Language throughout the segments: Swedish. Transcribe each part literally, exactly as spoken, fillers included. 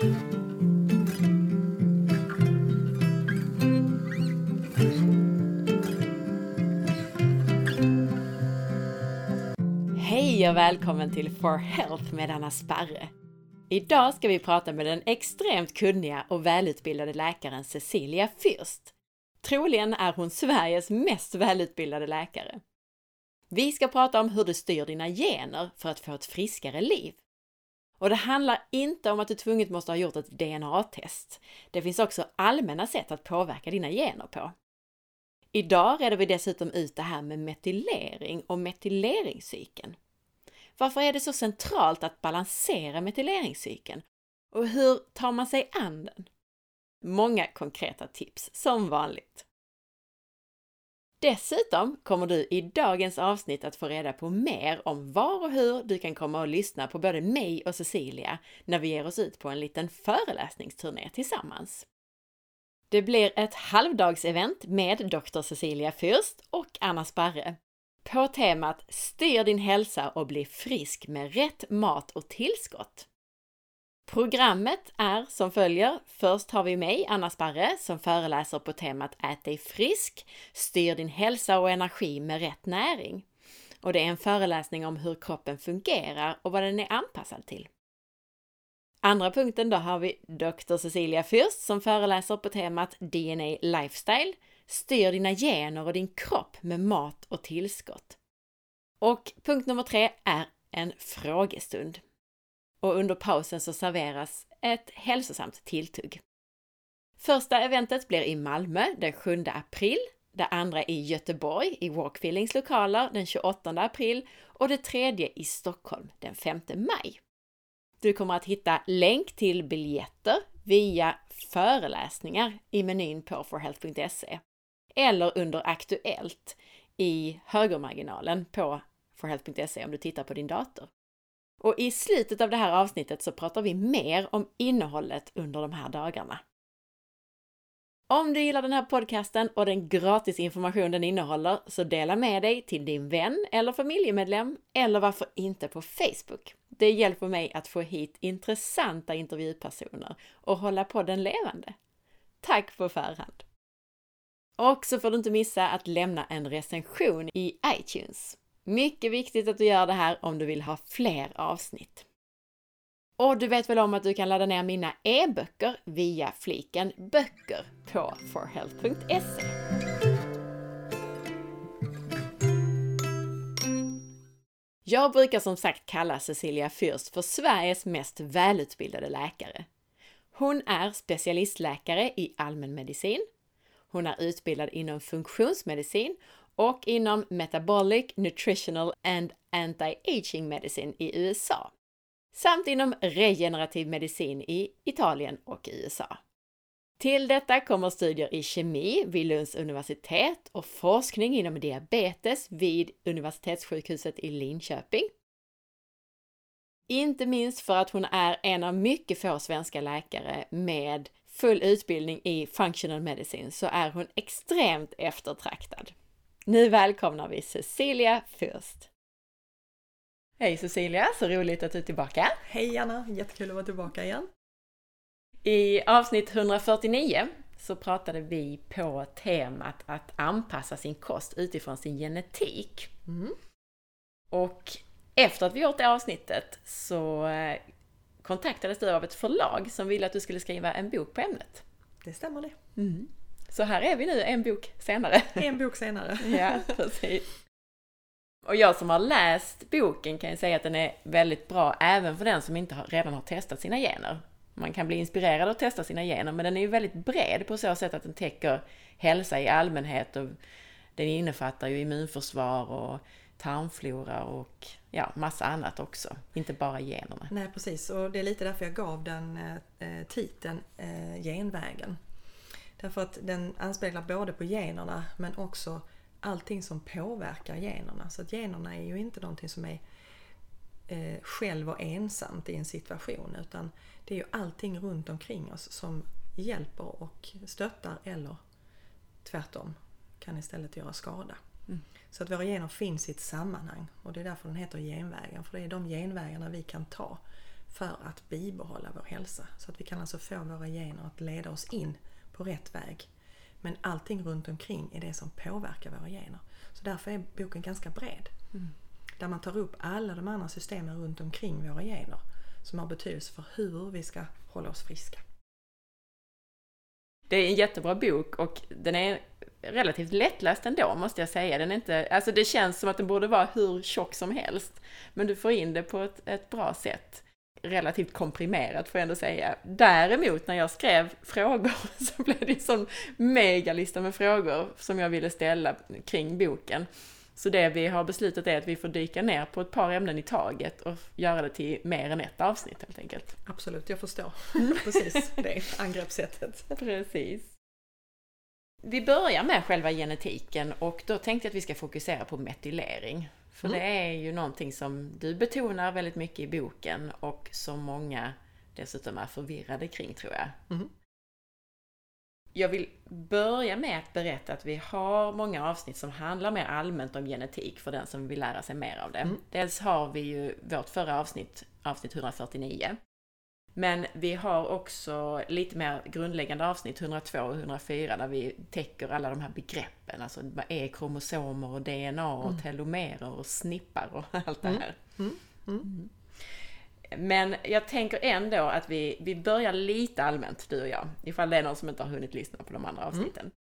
Hej och välkommen till For Health med Anna Sparre. Idag ska vi prata med den extremt kunniga och välutbildade läkaren Cecilia Fürst. Troligen är hon Sveriges mest välutbildade läkare. Vi ska prata om hur du styr dina gener för att få ett friskare liv. Och det handlar inte om att du tvunget måste ha gjort ett D N A-test. Det finns också allmänna sätt att påverka dina gener på. Idag reder vi dessutom ut det här med metylering och metyleringscykeln. Varför är det så centralt att balansera metyleringscykeln? Och hur tar man sig an den? Många konkreta tips, som vanligt. Dessutom kommer du i dagens avsnitt att få reda på mer om var och hur du kan komma och lyssna på både mig och Cecilia när vi ger oss ut på en liten föreläsningsturné tillsammans. Det blir ett halvdagsevent med doktor Cecilia Fürst och Anna Sparre på temat Styr din hälsa och bli frisk med rätt mat och tillskott. Programmet är som följer. Först har vi mig, Anna Sparre, som föreläser på temat Ät dig frisk, styr din hälsa och energi med rätt näring. Och det är en föreläsning om hur kroppen fungerar och vad den är anpassad till. Andra punkten då har vi doktor Cecilia Fürst som föreläser på temat D N A Lifestyle, styr dina gener och din kropp med mat och tillskott. Och punkt nummer tre är en frågestund. Och under pausen så serveras ett hälsosamt tilltugg. Första eventet blir i Malmö den sjunde april, det andra i Göteborg i Walkfeelings lokaler den tjugoåttonde april och det tredje i Stockholm den femte maj. Du kommer att hitta länk till biljetter via föreläsningar i menyn på for health punkt se eller under aktuellt i högermarginalen på for health punkt se om du tittar på din dator. Och i slutet av det här avsnittet så pratar vi mer om innehållet under de här dagarna. Om du gillar den här podcasten och den gratis information den innehåller så dela med dig till din vän eller familjemedlem eller varför inte på Facebook. Det hjälper mig att få hit intressanta intervjupersoner och hålla podden levande. Tack på förhand! Och så får du inte missa att lämna en recension i iTunes. Mycket viktigt att du gör det här om du vill ha fler avsnitt. Och du vet väl om att du kan ladda ner mina e-böcker via fliken böcker på for health punkt se. Jag brukar som sagt kalla Cecilia Fürst för Sveriges mest välutbildade läkare. Hon är specialistläkare i allmänmedicin. Hon är utbildad inom funktionsmedicin och inom Metabolic, Nutritional and Anti-Aging Medicine i U S A. Samt inom regenerativ medicin i Italien och U S A. Till detta kommer studier i kemi vid Lunds universitet och forskning inom diabetes vid Universitetssjukhuset i Linköping. Inte minst för att hon är en av mycket få svenska läkare med full utbildning i functional medicine så är hon extremt eftertraktad. Nu välkomnar vi Cecilia Fürst. Hej Cecilia, så roligt att du är tillbaka. Hej Anna, jättekul att vara tillbaka igen. I avsnitt hundrafyrtionio så pratade vi på temat att anpassa sin kost utifrån sin genetik. Mm. Och efter att vi gjort det avsnittet så kontaktades du av ett förlag som ville att du skulle skriva en bok på ämnet. Det stämmer det. Mm. Så här är vi nu en bok senare. En bok senare. Ja, precis. Och jag som har läst boken kan ju säga att den är väldigt bra även för den som inte har, redan har testat sina gener. Man kan bli inspirerad att testa sina gener, men den är ju väldigt bred på så sätt att den täcker hälsa i allmänhet och den innefattar ju immunförsvar och tarmflora och ja, massa annat också. Inte bara generna. Nej, precis. Och det är lite därför jag gav den eh, titeln eh, genvägen. Därför att den anspeglar både på generna men också allting som påverkar generna. Så att generna är ju inte någonting som är eh, själv och ensamt i en situation, utan det är ju allting runt omkring oss som hjälper och stöttar eller tvärtom kan istället göra skada. Mm. Så att våra gener finns i ett sammanhang och det är därför den heter genvägen, för det är de genvägarna vi kan ta för att bibehålla vår hälsa. Så att vi kan alltså få våra gener att leda oss in på rätt väg. Men allting runt omkring är det som påverkar våra gener. Så därför är boken ganska bred. Mm. Där man tar upp alla de andra systemen runt omkring våra gener som har betydelse för hur vi ska hålla oss friska. Det är en jättebra bok och den är relativt lättläst ändå, måste jag säga. Den är inte, alltså det känns som att den borde vara hur tjock som helst. Men du får in det på ett, ett bra sätt. Relativt komprimerat får jag ändå säga. Däremot när jag skrev frågor så blev det en sån megalista med frågor som jag ville ställa kring boken. Så det vi har beslutat är att vi får dyka ner på ett par ämnen i taget och göra det till mer än ett avsnitt helt enkelt. Absolut, jag förstår. Precis, det är angreppssättet. Precis. Vi börjar med själva genetiken och då tänkte jag att vi ska fokusera på metylering. För mm. det är ju någonting som du betonar väldigt mycket i boken och som många dessutom är förvirrade kring, tror jag. Mm. Jag vill börja med att berätta att vi har många avsnitt som handlar mer allmänt om genetik för den som vill lära sig mer av det. Mm. Dels har vi ju vårt förra avsnitt, avsnitt etthundrafyrtionio. Men vi har också lite mer grundläggande avsnitt etthundratvå och etthundrafyra där vi täcker alla de här begreppen. Alltså vad är kromosomer och D N A och mm. telomerer och snippar och allt det här. Mm. Mm. Mm. Men jag tänker ändå att vi, vi börjar lite allmänt, du och jag. Ifall det är någon som inte har hunnit lyssna på de andra avsnitten. Mm.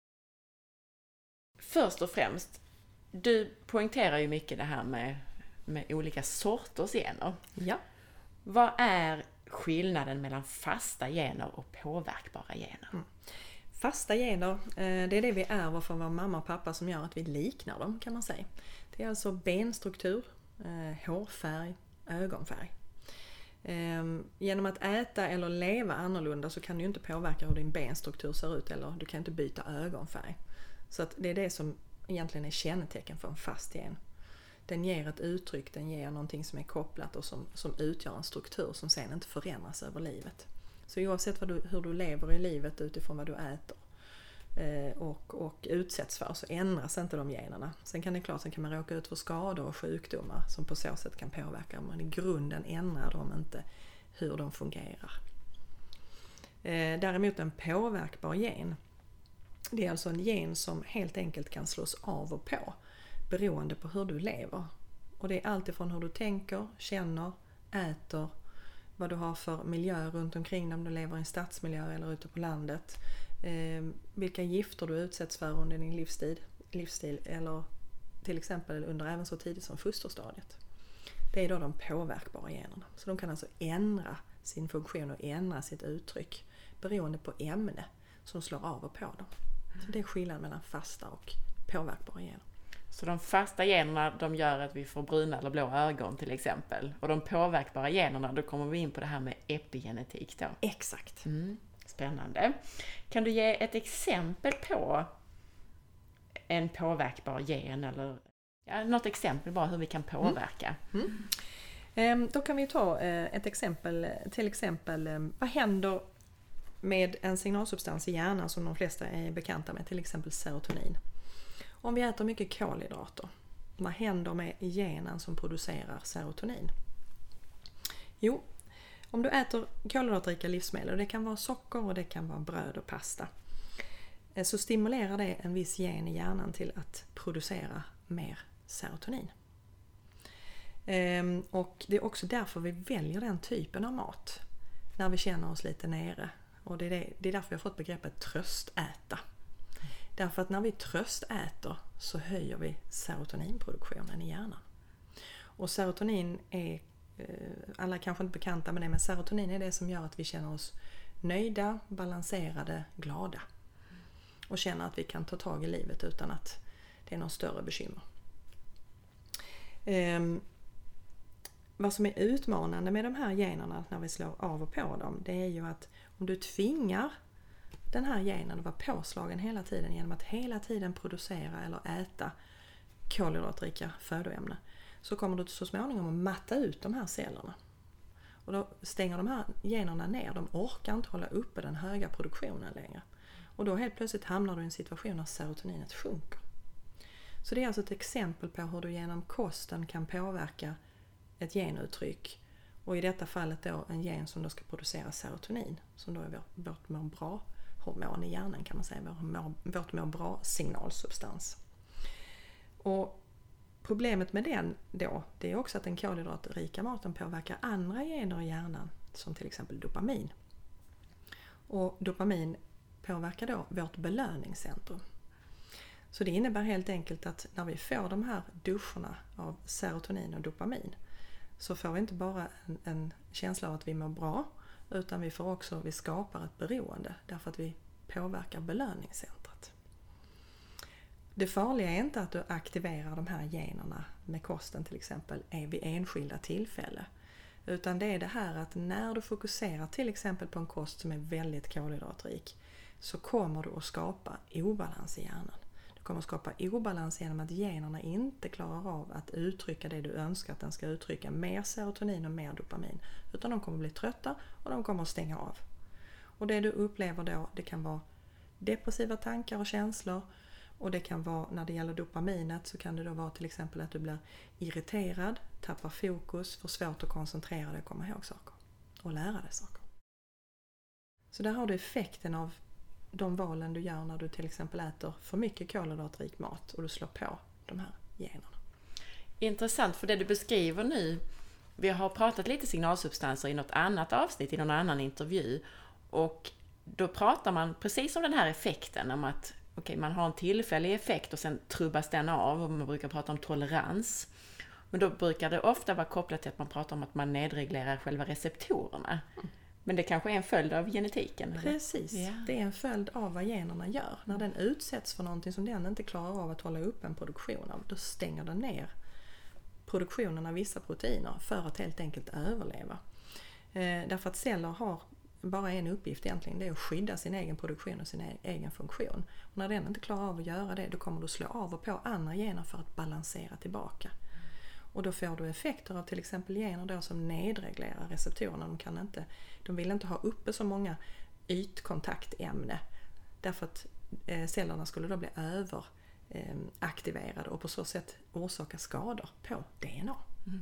Först och främst, du poängterar ju mycket det här med, med olika sorters gener. Ja. Vad är skillnaden mellan fasta gener och påverkbara gener? Mm. Fasta gener, det är det vi ärver från vår mamma och pappa som gör att vi liknar dem, kan man säga. Det är alltså benstruktur, hårfärg, ögonfärg. Genom att äta eller leva annorlunda så kan du inte påverka hur din benstruktur ser ut eller du kan inte byta ögonfärg. Så att det är det som egentligen är kännetecken för en fast gen. Den ger ett uttryck, den ger någonting som är kopplat och som, som utgör en struktur som sen inte förändras över livet. Så oavsett vad du, hur du lever i livet utifrån vad du äter eh, och, och utsätts för så ändras inte de generna. Sen kan det klart, sen kan man råka ut för skador och sjukdomar som på så sätt kan påverka. Men i grunden ändrar de inte hur de fungerar. Eh, däremot en påverkbar gen, det är alltså en gen som helt enkelt kan slås av och på beroende på hur du lever. Och det är allt ifrån hur du tänker, känner, äter, vad du har för miljö runt omkring om du lever i en stadsmiljö eller ute på landet. Eh, vilka gifter du utsätts för under din livsstil, livsstil eller till exempel under även så tidigt som fosterstadiet. Det är då de påverkbara generna. Så de kan alltså ändra sin funktion och ändra sitt uttryck beroende på ämne som slår av och på dem. Så det är skillnaden mellan fasta och påverkbara gener. Så de fasta generna, de gör att vi får bruna eller blå ögon till exempel. Och de påverkbara generna, då kommer vi in på det här med epigenetik då. Exakt. Mm, spännande. Kan du ge ett exempel på en påverkbar gen eller ja, något exempel bara hur vi kan påverka? Mm. Mm. Då kan vi ta ett exempel, till exempel vad händer med en signalsubstans i hjärnan som de flesta är bekanta med, till exempel serotonin. Om vi äter mycket kolhydrater, vad händer med genen som producerar serotonin? Jo, om du äter kolhydratrika livsmedel, och det kan vara socker och det kan vara bröd och pasta, så stimulerar det en viss gen i hjärnan till att producera mer serotonin. Och det är också därför vi väljer den typen av mat när vi känner oss lite nere. Och det är, det, det är därför vi har fått begreppet tröstäta. Därför att när vi tröstäter så höjer vi serotoninproduktionen i hjärnan. Och serotonin är, alla kanske inte bekanta med det, men serotonin är det som gör att vi känner oss nöjda, balanserade, glada. Och känner att vi kan ta tag i livet utan att det är någon större bekymmer. Um, vad som är utmanande med de här generna när vi slår av och på dem, det är ju att om du tvingar den här genen att vara påslagen hela tiden genom att hela tiden producera eller äta kolhydratrika födoämnen, så kommer du så småningom att matta ut de här cellerna. Och då stänger de här generna ner, de orkar inte hålla uppe den höga produktionen längre. Och då helt plötsligt hamnar du i en situation där serotoninet sjunker. Så det är alltså ett exempel på hur du genom kosten kan påverka ett genuttryck Och i detta fallet då en gen som då ska producera serotonin, som då är vårt, vårt må bra-hormon i hjärnan kan man säga, vår må, vårt må bra-signalsubstans. Och problemet med den då, det är också att den kolhydratrika maten påverkar andra gener i hjärnan, som till exempel dopamin. Och dopamin påverkar då vårt belöningscentrum. Så det innebär helt enkelt att när vi får de här duscherna av serotonin och dopamin, så får vi inte bara en, en känsla av att vi mår bra, utan vi får också, vi skapar ett beroende därför att vi påverkar belöningscentret. Det farliga är inte att du aktiverar de här generna med kosten till exempel är vid enskilda tillfällen. Utan det är det här att när du fokuserar till exempel på en kost som är väldigt kolhydratrik, så kommer du att skapa obalans i hjärnan. Du kommer att skapa obalans genom att generna inte klarar av att uttrycka det du önskar att den ska uttrycka, mer serotonin och mer dopamin. Utan de kommer att bli trötta och de kommer att stänga av. Och det du upplever då, det kan vara depressiva tankar och känslor. Och det kan vara, när det gäller dopaminet, så kan det då vara till exempel att du blir irriterad, tappar fokus, får svårt att koncentrera dig och komma ihåg saker. Och lära dig saker. Så där har du effekten av de valen du gör när du till exempel äter för mycket kolhydratrik mat och du slår på de här generna. Intressant, för det du beskriver nu, vi har pratat lite signalsubstanser i något annat avsnitt, i någon annan intervju, och då pratar man precis om den här effekten, om att okej, man har en tillfällig effekt och sen trubbas den av, och man brukar prata om tolerans. Men då brukar det ofta vara kopplat till att man pratar om att man nedreglerar själva receptorerna. Mm. Men det kanske är en följd av genetiken? Eller? Precis, ja. Det är en följd av vad generna gör. När den utsätts för någonting som den inte klarar av att hålla upp en produktion av, då stänger den ner produktionen av vissa proteiner för att helt enkelt överleva. Eh, därför att celler har bara en uppgift egentligen, det är att skydda sin egen produktion och sin egen funktion. Och när den inte klarar av att göra det, då kommer du slå av och på andra gener för att balansera tillbaka. Och då får du effekter av till exempel gener då som nedreglerar receptorerna. De, kan inte, de vill inte ha uppe så många ytkontaktämne, därför att eh, cellerna skulle då bli överaktiverade eh, och på så sätt orsaka skador på D N A. Mm.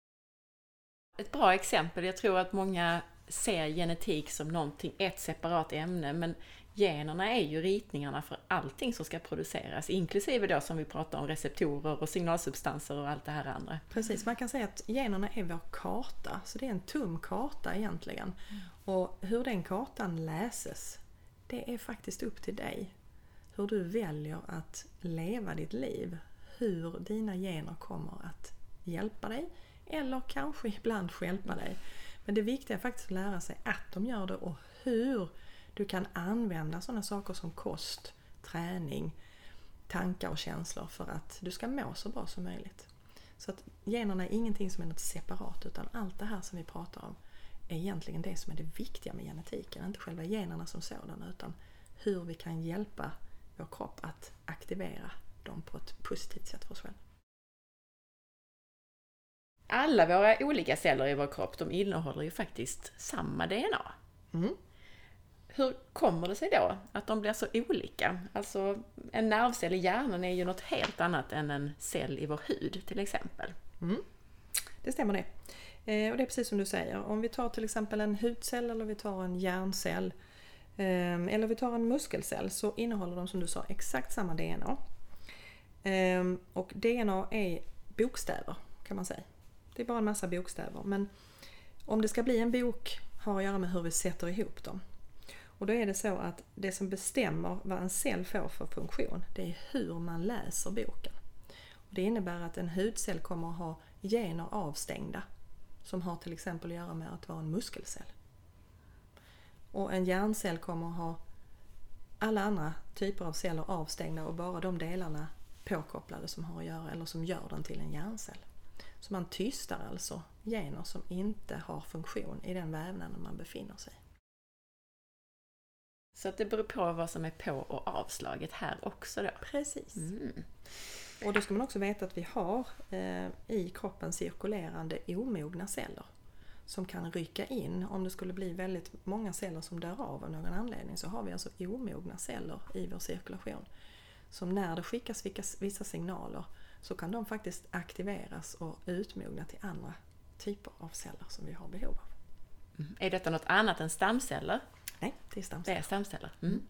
Ett bra exempel, jag tror att många ser genetik som någonting, ett separat ämne, men generna är ju ritningarna för allting som ska produceras, inklusive då som vi pratar om receptorer och signalsubstanser och allt det här andra. Precis, man kan säga att generna är vår karta, så det är en tum karta egentligen. Mm. Och hur den kartan läses, det är faktiskt upp till dig. Hur du väljer att leva ditt liv, hur dina gener kommer att hjälpa dig eller kanske ibland stjälpa dig. Men det viktiga är faktiskt att lära sig att de gör det och hur du kan använda sådana saker som kost, träning, tankar och känslor för att du ska må så bra som möjligt. Så att generna är ingenting som är något separat, utan allt det här som vi pratar om är egentligen det som är det viktiga med genetiken. Inte själva generna som sådana, utan hur vi kan hjälpa vår kropp att aktivera dem på ett positivt sätt för oss själva. Alla våra olika celler i vår kropp, de innehåller ju faktiskt samma D N A. Mm. Hur kommer det sig då att de blir så olika? Alltså en nervcell i hjärnan är ju något helt annat än en cell i vår hud till exempel. Mm. Det stämmer det. Eh, och det är precis som du säger. Om vi tar till exempel en hudcell eller vi tar en hjärncell eh, eller vi tar en muskelcell, så innehåller de som du sa exakt samma D N A. Eh, och D N A är bokstäver kan man säga. Det är bara en massa bokstäver. Men om det ska bli en bok har att göra med hur vi sätter ihop dem. Och då är det så att det som bestämmer vad en cell får för funktion, det är hur man läser boken. Och det innebär att en hudcell kommer att ha gener avstängda som har till exempel att göra med att vara en muskelcell. Och en hjärncell kommer att ha alla andra typer av celler avstängda och bara de delarna påkopplade som har att göra eller som gör den till en hjärncell. Så man tystar alltså gener som inte har funktion i den vävnaden man befinner sig. Så att det beror på vad som är på och avslaget här också då? Precis. Mm. Och då ska man också veta att vi har eh, i kroppen cirkulerande omogna celler som kan rycka in. Om det skulle bli väldigt många celler som dör av av någon anledning, så har vi alltså omogna celler i vår cirkulation. Som när det skickas vissa signaler så kan de faktiskt aktiveras och utmogna till andra typer av celler som vi har behov av. Mm. Är detta något annat än stamceller? Nej, det är stamceller. Det är stamceller. Mm.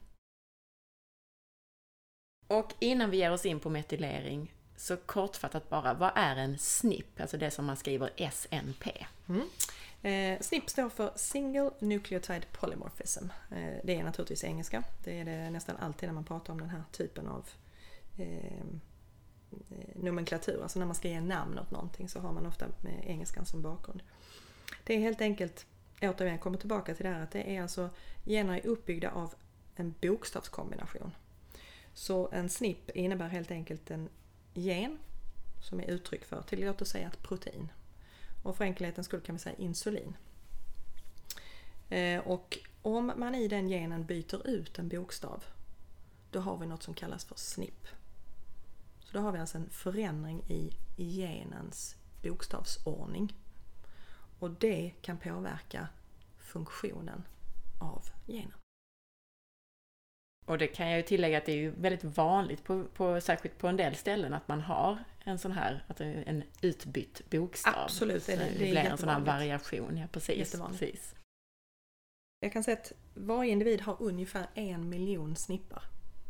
Och innan vi ger oss in på metylering, så kortfattat bara, vad är en S N P? Alltså det som man skriver S N P. Mm. Eh, S N P står för Single Nucleotide Polymorphism. Eh, det är naturligtvis engelska. Det är det nästan alltid när man pratar om den här typen av eh, nomenklatur. Alltså när man ska ge namn åt någonting så har man ofta med engelskan som bakgrund. Det är helt enkelt, återigen kommer tillbaka till det här, att det är alltså gener är uppbyggda av en bokstavskombination. Så en S N P innebär helt enkelt en gen som är uttryck för, till låt oss säga ett protein. Och för enkelhetens skull kan vi säga insulin. Eh, och om man i den genen byter ut en bokstav, då har vi något som kallas för S N P. Så då har vi alltså en förändring i genens bokstavsordning. Och det kan påverka funktionen av genen. Och det kan jag ju tillägga att det är ju väldigt vanligt, på, på, särskilt på en del ställen, att man har en sån här, att en utbytt bokstav. Absolut, det, är, det, det är blir en sån här jättevanligt. variation. Ja, precis, precis. Jag kan säga att varje individ har ungefär en miljon snippar.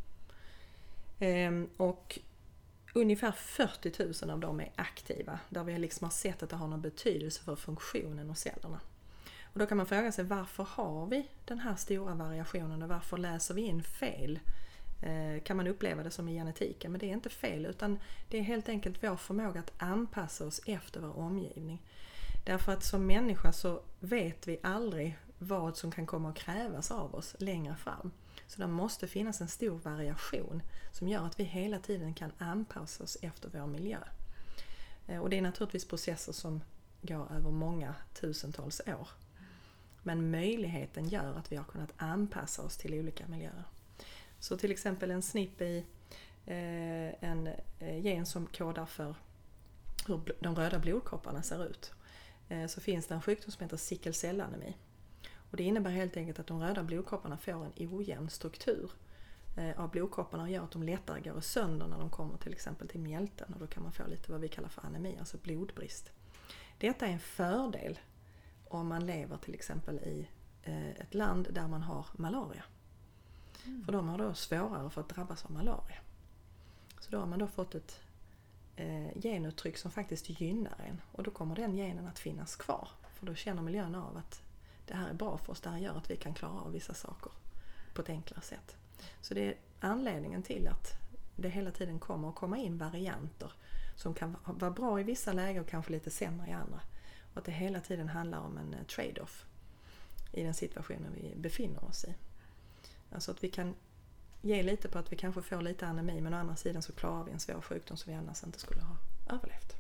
Ehm, och ungefär fyrtio tusen av dem är aktiva, där vi liksom har sett att det har någon betydelse för funktionen hos cellerna. Och då kan man fråga sig, varför har vi den här stora variationen och varför läser vi in fel? Eh, kan man uppleva det som i genetiken? Men det är inte fel, utan det är helt enkelt vår förmåga att anpassa oss efter vår omgivning. Därför att som människa så vet vi aldrig vad som kan komma att krävas av oss längre fram. Så det måste finnas en stor variation som gör att vi hela tiden kan anpassa oss efter vår miljö. Eh, och det är naturligtvis processer som går över många tusentals år. Men möjligheten gör att vi har kunnat anpassa oss till olika miljöer. Så till exempel en S N P i eh, en gen som kodar för hur de röda blodkropparna ser ut. Eh, så finns det en sjukdom som heter sickelcellanemi. Och det innebär helt enkelt att de röda blodkropparna får en ojämn struktur eh, av blodkropparna och gör att de lättare går sönder när de kommer till exempel till mjälten. Och då kan man få lite vad vi kallar för anemi, alltså blodbrist. Detta är en fördel om man lever till exempel i eh, ett land där man har malaria. Mm. För de har då svårare för att drabbas av malaria. Så då har man då fått ett eh, genuttryck som faktiskt gynnar en. Och då kommer den genen att finnas kvar. För då känner miljön av att det här är bra för oss. Det här gör att vi kan klara av vissa saker på ett enklare sätt. Så det är anledningen till att det hela tiden kommer att komma in varianter som kan vara bra i vissa lägen och kanske lite sämre i andra. Och att det hela tiden handlar om en trade-off i den situationen vi befinner oss i. Alltså att vi kan ge lite på att vi kanske får lite anemi, men å andra sidan så klarar vi en svår sjukdom som vi annars inte skulle ha överlevt.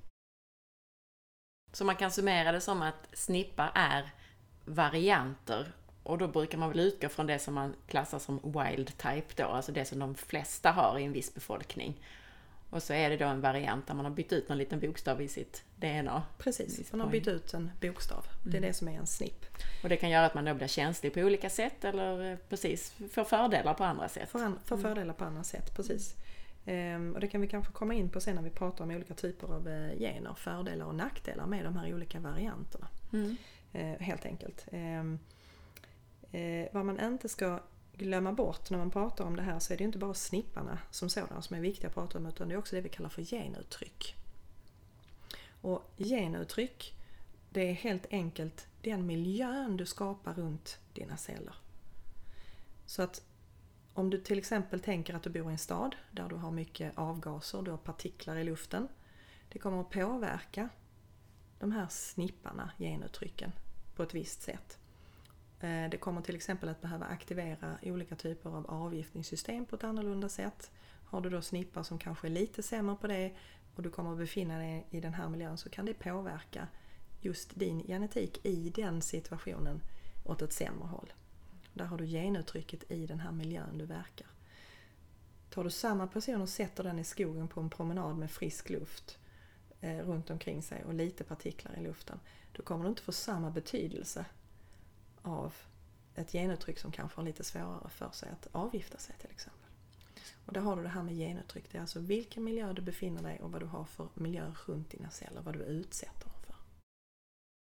Så man kan summera det som att snippar är varianter, och då brukar man väl utgå från det som man klassar som wild type då, alltså det som de flesta har i en viss befolkning. Och så är det då en variant där man har bytt ut någon liten bokstav i sitt D N A. Precis, man har bytt ut en bokstav. Det är mm. det som är en S N P. Och det kan göra att man då blir känslig på olika sätt eller precis får fördelar på andra sätt. Får, an- får fördelar på andra sätt, precis. Ehm, och det kan vi kanske komma in på sen när vi pratar om olika typer av eh, gener, fördelar och nackdelar med de här olika varianterna. Mm. Ehm, helt enkelt. Ehm, eh, vad man inte ska glömma bort när man pratar om det här, så är det inte bara snipparna som sådana som är viktiga att prata om, utan det är också det vi kallar för genuttryck. Och genuttryck, det är helt enkelt den miljön du skapar runt dina celler. Så att om du till exempel tänker att du bor i en stad där du har mycket avgaser, du har partiklar i luften, det kommer att påverka de här snipparna, genuttrycken, på ett visst sätt. Det kommer till exempel att behöva aktivera olika typer av avgiftningssystem på ett annorlunda sätt. Har du då snippar som kanske är lite sämre på det och du kommer att befinna dig i den här miljön, så kan det påverka just din genetik i den situationen åt ett sämre håll. Där har du genuttrycket i den här miljön du verkar. Tar du samma person och sätter den i skogen på en promenad med frisk luft eh, runt omkring sig och lite partiklar i luften, då kommer du inte få samma betydelse av ett genuttryck som kanske har lite svårare för sig att avgifta sig till exempel. Och där har du det här med genuttryck. Det är alltså vilken miljö du befinner dig och vad du har för miljö runt dina celler, vad du utsätter dem för.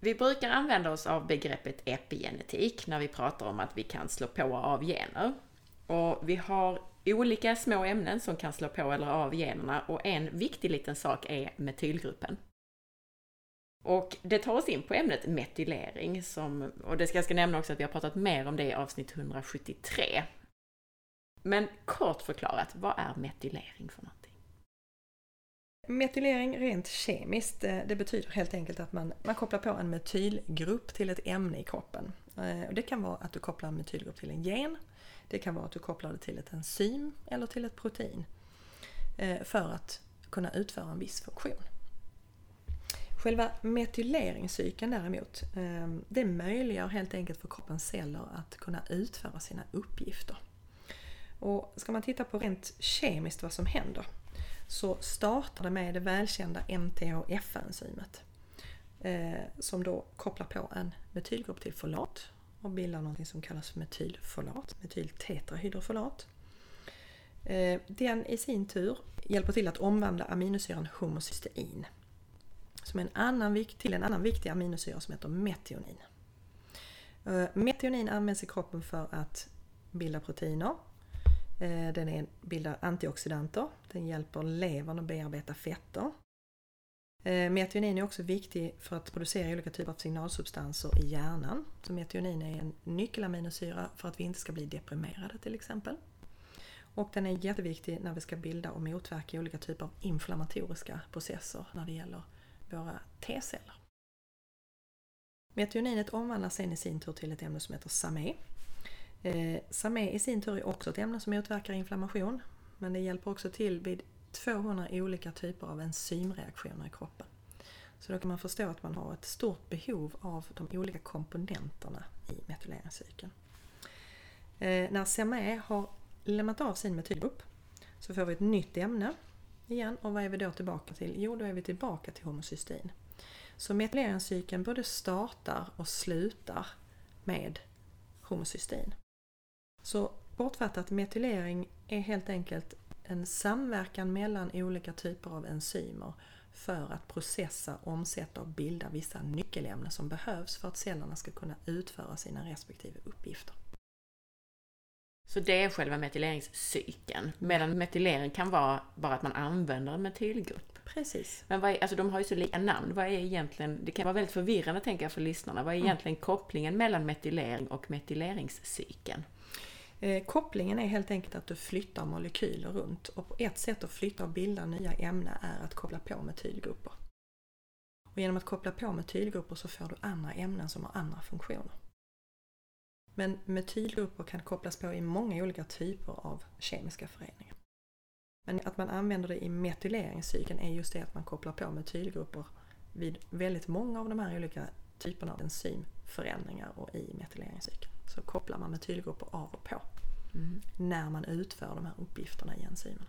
Vi brukar använda oss av begreppet epigenetik när vi pratar om att vi kan slå på och av gener. Och vi har olika små ämnen som kan slå på eller av generna, och en viktig liten sak är metylgruppen. Och det tar oss in på ämnet metylering, som, och det ska jag ska nämna också att vi har pratat mer om det i avsnitt hundrasjuttiotre. Men kort förklarat, vad är metylering för någonting? Metylering rent kemiskt, det betyder helt enkelt att man, man kopplar på en metylgrupp till ett ämne i kroppen. Det kan vara att du kopplar en metylgrupp till en gen, det kan vara att du kopplar det till ett enzym eller till ett protein för att kunna utföra en viss funktion. Själva metyleringscykeln däremot, det möjliggör helt enkelt för kroppens celler att kunna utföra sina uppgifter. Och ska man titta på rent kemiskt vad som händer, så startar det med det välkända M T H F-enzymet eh, som då kopplar på en metylgrupp till folat och bildar något som kallas för metylfolat, metyltetrahydrofolat. Eh, den i sin tur hjälper till att omvandla aminosyran homocystein som en annan, till en annan viktig aminosyra som heter metionin. Eh, metionin används i kroppen för att bilda proteiner. Den är, bildar antioxidanter, den hjälper levern att bearbeta fetter. Metionin är också viktig för att producera olika typer av signalsubstanser i hjärnan. Så metionin är en nyckelaminosyra för att vi inte ska bli deprimerade till exempel. Och den är jätteviktig när vi ska bilda och motverka olika typer av inflammatoriska processer när det gäller våra T-celler. Metioninet omvandlas sen i sin tur till ett ämne som heter SAMe. Eh, SAMe i sin tur är också ett ämne som motverkar inflammation, men det hjälper också till vid tvåhundra olika typer av enzymreaktioner i kroppen. Så då kan man förstå att man har ett stort behov av de olika komponenterna i metyleringscykeln. Eh, när SAMe har lämnat av sin metylgrupp så får vi ett nytt ämne igen, och vad är vi då tillbaka till? Jo, då är vi tillbaka till homocystein. Så metyleringscykeln både startar och slutar med homocystein. Så kortfattat, metylering är helt enkelt en samverkan mellan olika typer av enzymer för att processa, omsätta och bilda vissa nyckelämnen som behövs för att cellerna ska kunna utföra sina respektive uppgifter. Så det är själva metyleringscykeln, medan metylering kan vara bara att man använder en metylgrupp. Precis. Men vad är, alltså de har ju så lika namn. Vad är egentligen, det kan vara väldigt förvirrande tänker jag för lyssnarna. Vad är egentligen mm. kopplingen mellan metylering och metyleringscykeln? Eh, kopplingen är helt enkelt att du flyttar molekyler runt, och på ett sätt att flytta och bilda nya ämnen är att koppla på metylgrupper. Och genom att koppla på metylgrupper så får du andra ämnen som har andra funktioner. Men metylgrupper kan kopplas på i många olika typer av kemiska föreningar. Men att man använder det i metyleringscykeln är just det att man kopplar på metylgrupper vid väldigt många av de här olika typerna av enzymförändringar, och i metyleringscykeln så kopplar man metylgrupper av och på mm. när man utför de här uppgifterna i enzymen.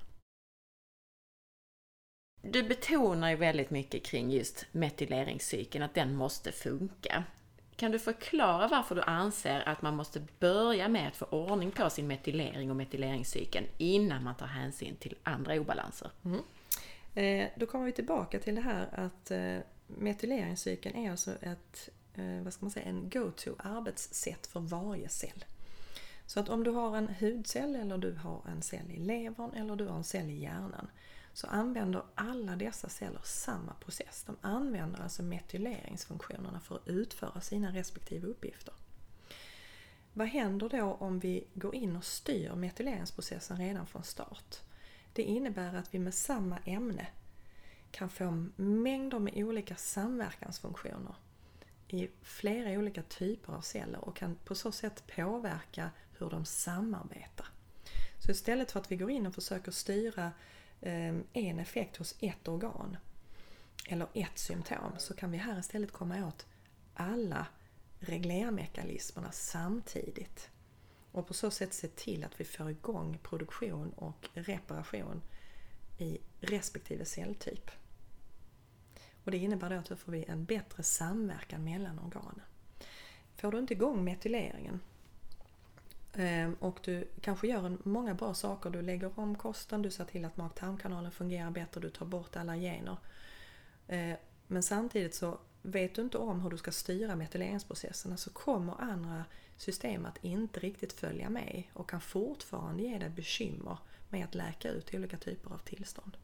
Du betonar ju väldigt mycket kring just metyleringscykeln, att den måste funka. Kan du förklara varför du anser att man måste börja med att få ordning på sin metylering och metyleringscykeln innan man tar hänsyn till andra obalanser? Mm. Eh, då kommer vi tillbaka till det här att eh, metyleringscykeln är alltså ett, eh, vad ska man säga, en go-to arbetssätt för varje cell. Så att om du har en hudcell eller du har en cell i levern eller du har en cell i hjärnan, så använder alla dessa celler samma process. De använder alltså metyleringsfunktionerna för att utföra sina respektive uppgifter. Vad händer då om vi går in och styr metyleringsprocessen redan från start? Det innebär att vi med samma ämne kan få mängder med olika samverkansfunktioner i flera olika typer av celler och kan på så sätt påverka hur de samarbetar. Så istället för att vi går in och försöker styra en effekt hos ett organ eller ett symptom, så kan vi här istället komma åt alla reglermekanismerna samtidigt och på så sätt se till att vi får igång produktion och reparation i respektive celltyp. Och det innebär då att då får vi en bättre samverkan mellan organen. Får du inte igång metyleringen och du kanske gör många bra saker, du lägger om kosten, du ser till att mag-tarmkanalen fungerar bättre, du tar bort alla gener. Men samtidigt så vet du inte om hur du ska styra metyleringsprocesserna så kommer andra system att inte riktigt följa med och kan fortfarande ge dig bekymmer med att läka ut olika typer av tillstånd.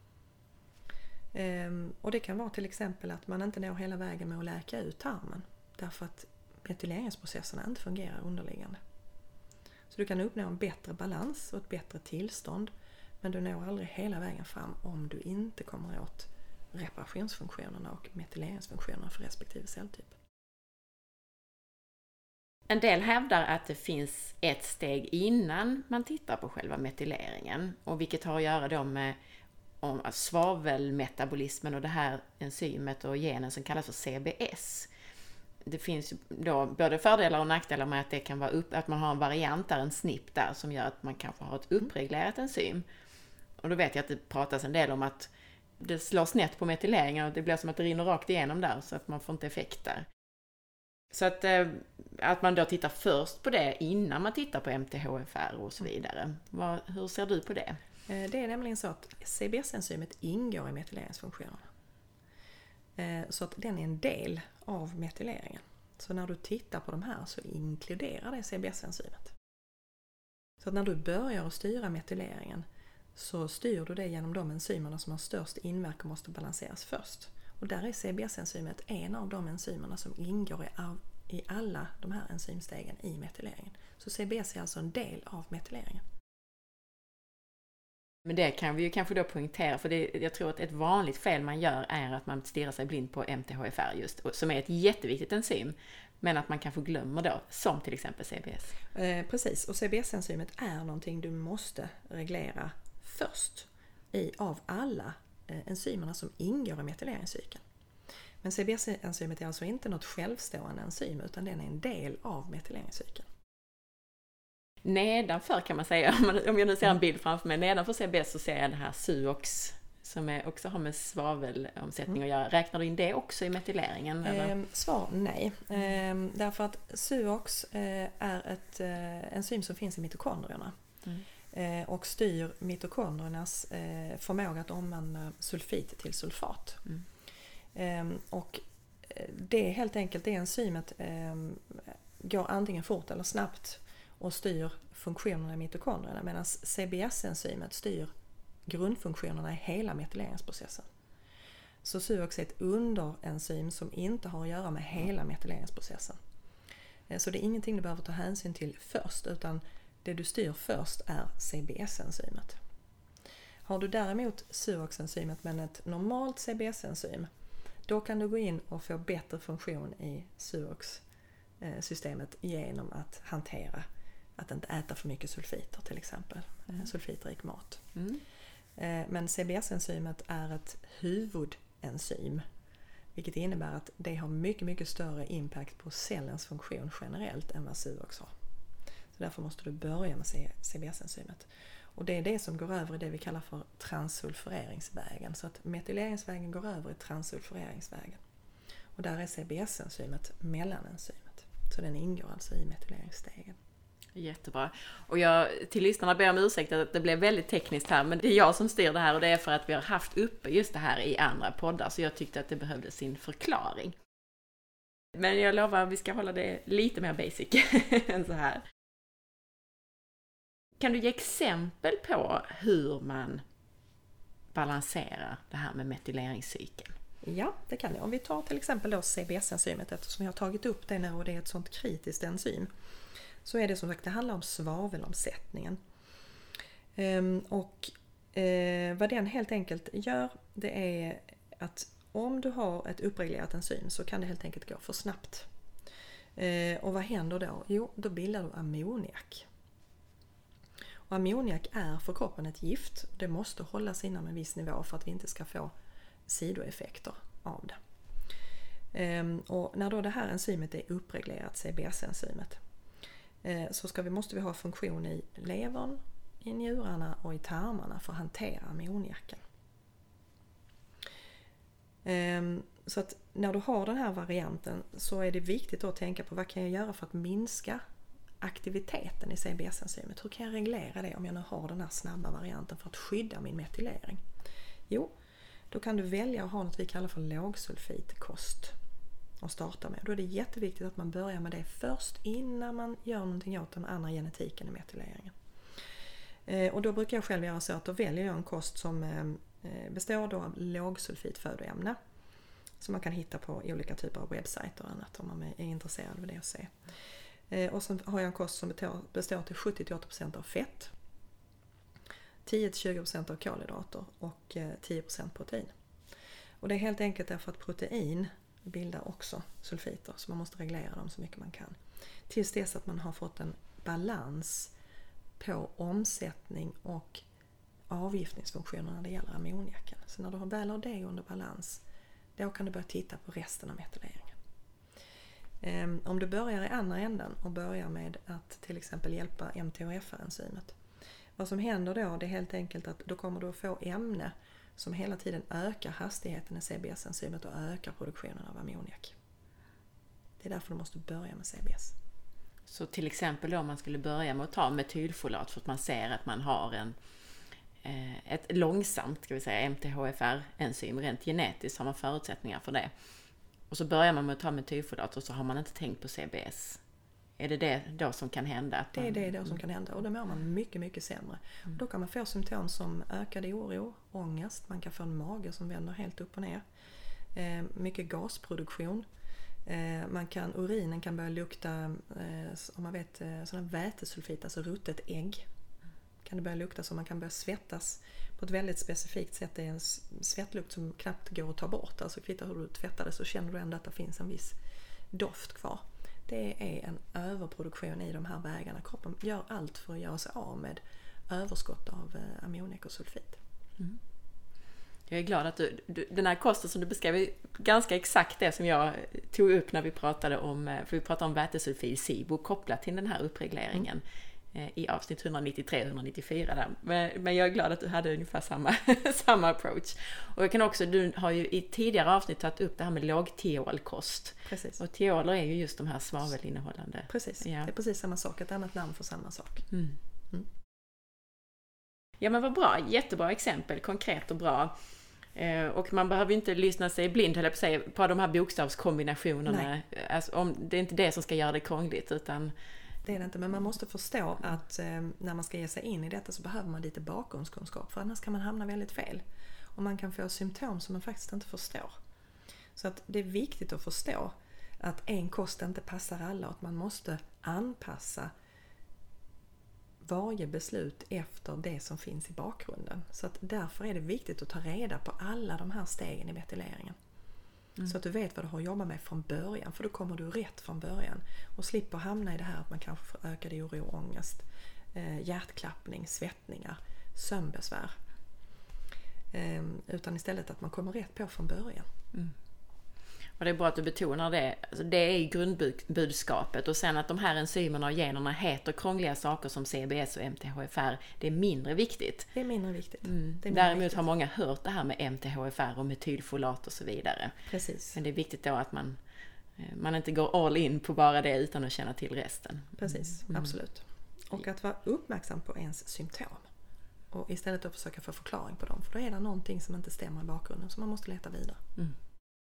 Ehm, och det kan vara till exempel att man inte når hela vägen med att läka ut tarmen därför att metyleringsprocesserna inte fungerar underliggande. Så du kan uppnå en bättre balans och ett bättre tillstånd, men du når aldrig hela vägen fram om du inte kommer åt reparationsfunktionerna och metyleringsfunktionerna för respektive celltyp. En del hävdar att det finns ett steg innan man tittar på själva metyleringen, och vilket har att göra då med om svavelmetabolismen och det här enzymet och genen som kallas för C B S. Det finns då både fördelar och nackdelar med att det kan vara upp, att man har en variant där, en S N P där, som gör att man kanske har ett uppreglerat enzym. Och då vet jag att det pratas en del om att det slår snett på metyleringen och det blir som att det rinner rakt igenom där så att man får inte effekt där. Så att, att man då tittar först på det innan man tittar på M T H F R och så vidare. Vad, hur ser du på det? Det är nämligen så att C B S-enzymet ingår i metyleringsfunktionen. Så att den är en del av metyleringen. Så när du tittar på de här så inkluderar det C B S-enzymet. Så att när du börjar att styra metyleringen så styr du det genom de enzymerna som har störst inverkan och måste balanseras först. Och där är C B S-enzymet en av de enzymerna som ingår i alla de här enzymstegen i metyleringen. Så C B S är alltså en del av metyleringen. Men det kan vi ju kanske då poängtera, för det, jag tror att ett vanligt fel man gör är att man stirrar sig blind på M T H F R just, som är ett jätteviktigt enzym, men att man kanske glömmer då, som till exempel C B S. Eh, precis, och C B S-enzymet är någonting du måste reglera först i, av alla eh, enzymerna som ingår i metyleringscykeln. Men C B S-enzymet är alltså inte något självstående enzym, utan den är en del av metyleringscykeln. Nedanför kan man säga, om jag nu ser en bild framför mig, nedanför C B S så ser jag den här Suox som är, också har med svavelomsättning att göra. Räknar du in det också i metyleringen? Eh, svar nej. Eh, därför att Suox eh, är ett eh, enzym som finns i mitokondrierna mm. eh, och styr mitokondriernas eh, förmåga att omvandla sulfit till sulfat. Mm. Eh, och det är helt enkelt det enzymet eh, går antingen fort eller snabbt och styr funktionerna i mitokondrierna, medan C B S-enzymet styr grundfunktionerna i hela metyleringsprocessen. Så Suox är ett underenzym som inte har att göra med hela metyleringsprocessen. Så det är ingenting du behöver ta hänsyn till först, utan det du styr först är C B S-enzymet. Har du däremot Suox-enzymet men ett normalt C B S-enzym, då kan du gå in och få bättre funktion i Suox-systemet genom att hantera att inte äta för mycket sulfiter till exempel, mm. sulfitrik mat. Mm. Men C B S-enzymet är ett huvudenzym, vilket innebär att det har mycket, mycket större impact på cellens funktion generellt än vad Suox har. Så därför måste du börja med C B S-enzymet. Och det är det som går över i det vi kallar för transsulfureringsvägen. Så att metyleringsvägen går över i transsulfureringsvägen. Och där är C B S-enzymet mellanenzymet. Så den ingår alltså i metyleringsstegen. Jättebra. Och jag till lyssnarna ber om ursäkt att det blev väldigt tekniskt här, men det är jag som styr det här och det är för att vi har haft uppe just det här i andra poddar, så jag tyckte att det behövde sin förklaring. Men jag lovar att vi ska hålla det lite mer basic än så här. Kan du ge exempel på hur man balanserar det här med metyleringscykeln? Ja, det kan jag. Om vi tar till exempel då C B S-enzymet, eftersom jag har tagit upp det nu och det är ett sånt kritiskt enzym, så är det som sagt, det handlar om svavelomsättningen. Ehm, och eh, vad den helt enkelt gör, det är att om du har ett uppreglerat enzym så kan det helt enkelt gå för snabbt. Ehm, och vad händer då? Jo, då bildar du ammoniak. Och ammoniak är för kroppen ett gift. Det måste hållas inom en viss nivå för att vi inte ska få sidoeffekter av det. Ehm, och när då det här enzymet är uppreglerat, C B S-enzymet, så ska vi, måste vi ha funktion i levern, i njurarna och i tarmarna för att hantera ammoniaken. Så att när du har den här varianten så är det viktigt att tänka på vad kan jag göra för att minska aktiviteten i C B S-enzymet. Hur kan jag reglera det om jag nu har den här snabba varianten för att skydda min metylering? Jo, då kan du välja att ha något vi kallar för lågsulfitkost. att starta med. Då är det jätteviktigt att man börjar med det först innan man gör någonting åt den andra genetiken i metyleringen. Och då brukar jag själv göra så att då väljer jag en kost som består då av lågsulfitfödoämne som man kan hitta på olika typer av webbsajter och annat om man är intresserad av det att se. Och sen har jag en kost som består till sjuttio till åttio procent av fett, tio till tjugo procent av kolhydrater och tio procent protein. Och det är helt enkelt därför att protein bildar också sulfiter, så man måste reglera dem så mycket man kan. Tills dess att man har fått en balans på omsättning och avgiftningsfunktioner när det gäller ammoniaken. Så när du väl har det under balans, då kan du börja titta på resten av metyleringen. Om du börjar i andra änden och börjar med att till exempel hjälpa M T H F R-enzymet. Vad som händer då, det är helt enkelt att då kommer du att få ämne som hela tiden ökar hastigheten i C B S-enzymet och ökar produktionen av ammoniak. Det är därför du måste börja med C B S. Så till exempel då om man skulle börja med att ta metylfolat för att man ser att man har en, eh, ett långsamt ska vi säga, M T H F R-enzym, rent genetiskt har man förutsättningar för det. Och så börjar man med att ta metylfolat och så har man inte tänkt på C B S. Är det det då som kan hända? Att man... Det är det då som kan hända och då mår man mycket, mycket sämre. Mm. Då kan man få symptom som ökad oro, ångest, man kan få en mage som vänder helt upp och ner. Eh, mycket gasproduktion. Eh, man kan, urinen kan börja lukta, eh, om man vet, eh, sådana vätesulfit, alltså ruttet ägg. Kan det börja lukta så man kan börja svettas på ett väldigt specifikt sätt. Det är en svettlukt som knappt går att ta bort. Alltså kvittar hur du tvättar det så känner du ändå att det finns en viss doft kvar. Det är en överproduktion i de här vägarna. Kroppen gör allt för att göra sig av med överskott av ammoniak och sulfit. Mm. Jag är glad att du, du, den här kosten som du beskrev är ganska exakt det som jag tog upp när vi pratade om, för vi pratade om vätesulfid S I B O kopplat till den här uppregleringen mm. i avsnitt etthundranittiotre etthundranittiofyra där. Men, men jag är glad att du hade ungefär samma, samma approach. Och jag kan också, du har ju i tidigare avsnitt tagit upp det här med lågtiolkost. Precis. Och tioler är ju just de här svavelinnehållande. Precis, ja. Det är precis samma sak, ett annat namn för samma sak. Mm. Mm. Ja men vad bra, jättebra exempel, konkret och bra. Eh, och man behöver inte lyssna sig blind eller på, säga, på de här bokstavskombinationerna. Alltså, om, det är inte det som ska göra det krångligt utan... Det är det inte, men man måste förstå att eh, när man ska ge sig in i detta så behöver man lite bakgrundskunskap, för annars kan man hamna väldigt fel. Och man kan få symptom som man faktiskt inte förstår. Så att det är viktigt att förstå att en kost inte passar alla och att man måste anpassa varje beslut efter det som finns i bakgrunden. Så att därför är det viktigt att ta reda på alla de här stegen i metyleringen. Mm. Så att du vet vad du har jobbat med från början, för då kommer du rätt från början och slipper hamna i det här att man kanske får ökad oro och ångest, eh, hjärtklappning, svettningar, sömnbesvär. Eh, utan istället att man kommer rätt på från början. Mm. Och det är bra att du betonar det. Alltså det är grundbudskapet. Och sen att de här enzymerna och generna heter krångliga saker som C B S och M T H F R, det är mindre viktigt. Det är mindre viktigt. Mm. Det är mindre Däremot viktigt. har många hört det här med M T H F R och metylfolat och så vidare. Precis. Men det är viktigt då att man, man inte går all in på bara det utan att känna till resten. Precis, mm. absolut. Och att vara uppmärksam på ens symptom. Och istället att försöka få förklaring på dem. För då är det någonting som inte stämmer i bakgrunden så man måste leta vidare. Mm.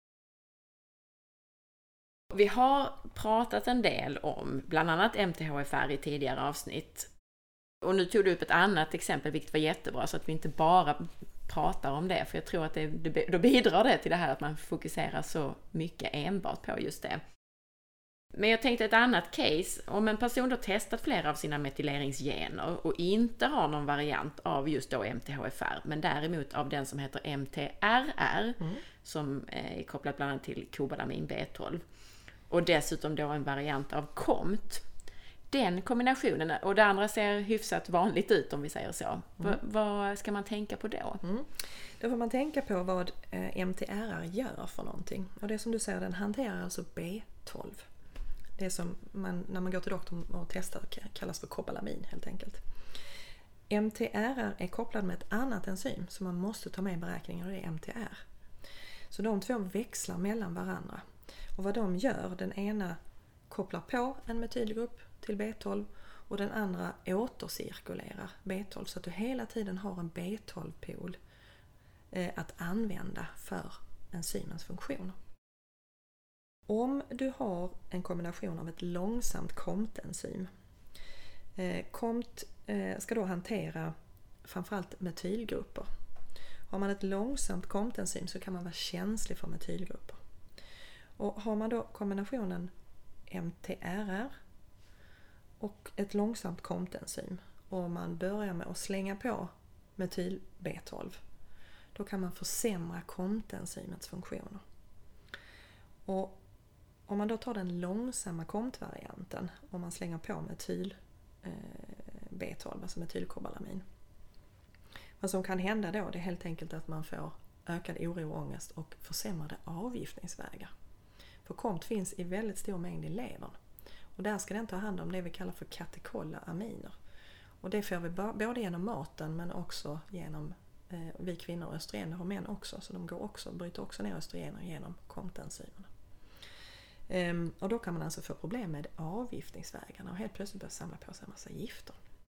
Vi har pratat en del om bland annat M T H F R i tidigare avsnitt. Och nu tog du upp ett annat exempel vilket var jättebra så att vi inte bara pratar om det. För jag tror att det, då bidrar det till det här att man fokuserar så mycket enbart på just det. Men jag tänkte ett annat case. Om en person då testat flera av sina metyleringsgener och inte har någon variant av just då M T H F R men däremot av den som heter M T R R mm. som är kopplad bland annat till kobalamin B tolv. Och dessutom då en variant av C O M T. Den kombinationen, och det andra ser hyfsat vanligt ut om vi säger så. Mm. V- vad ska man tänka på då? Mm. Då får man tänka på vad M T R R gör för någonting. Och det som du säger, den hanterar alltså B tolv. Det som man, när man går till doktorn och testar kallas för kobalamin helt enkelt. M T R R är kopplad med ett annat enzym som man måste ta med i beräkningen och det är M T R. Så de två växlar mellan varandra. Och vad de gör, den ena kopplar på en metylgrupp till B tolv och den andra återcirkulerar B tolv så att du hela tiden har en B tolv-pool eh, att använda för enzymens funktioner. Om du har en kombination av ett långsamt C O M T-enzym. Eh, C O M T eh, ska då hantera framförallt metylgrupper. Har man ett långsamt C O M T-enzym så kan man vara känslig för metylgrupper. Och har man då kombinationen M T R R och ett långsamt C O M T-enzym och man börjar med att slänga på metyl B tolv, då kan man försämra C O M T-enzymets funktioner. Och om man då tar den långsamma C O M T-varianten och man slänger på metyl B tolv, alltså metylkobalamin. Vad som kan hända då, det är helt enkelt att man får ökad oro och ångest och försämrade avgiftningsvägar. För C O M T finns i väldigt stor mängd i levern. Och där ska den ta hand om det vi kallar för katekolla-aminer. Och det får vi både genom maten men också genom eh, vi kvinnor och östrogener har män också. Så de går också, bryter också ner östrogener genom C O M T-enzymerna. Ehm, och då kan man alltså få problem med avgiftningsvägarna och helt plötsligt börja samla på sig en massa gifter.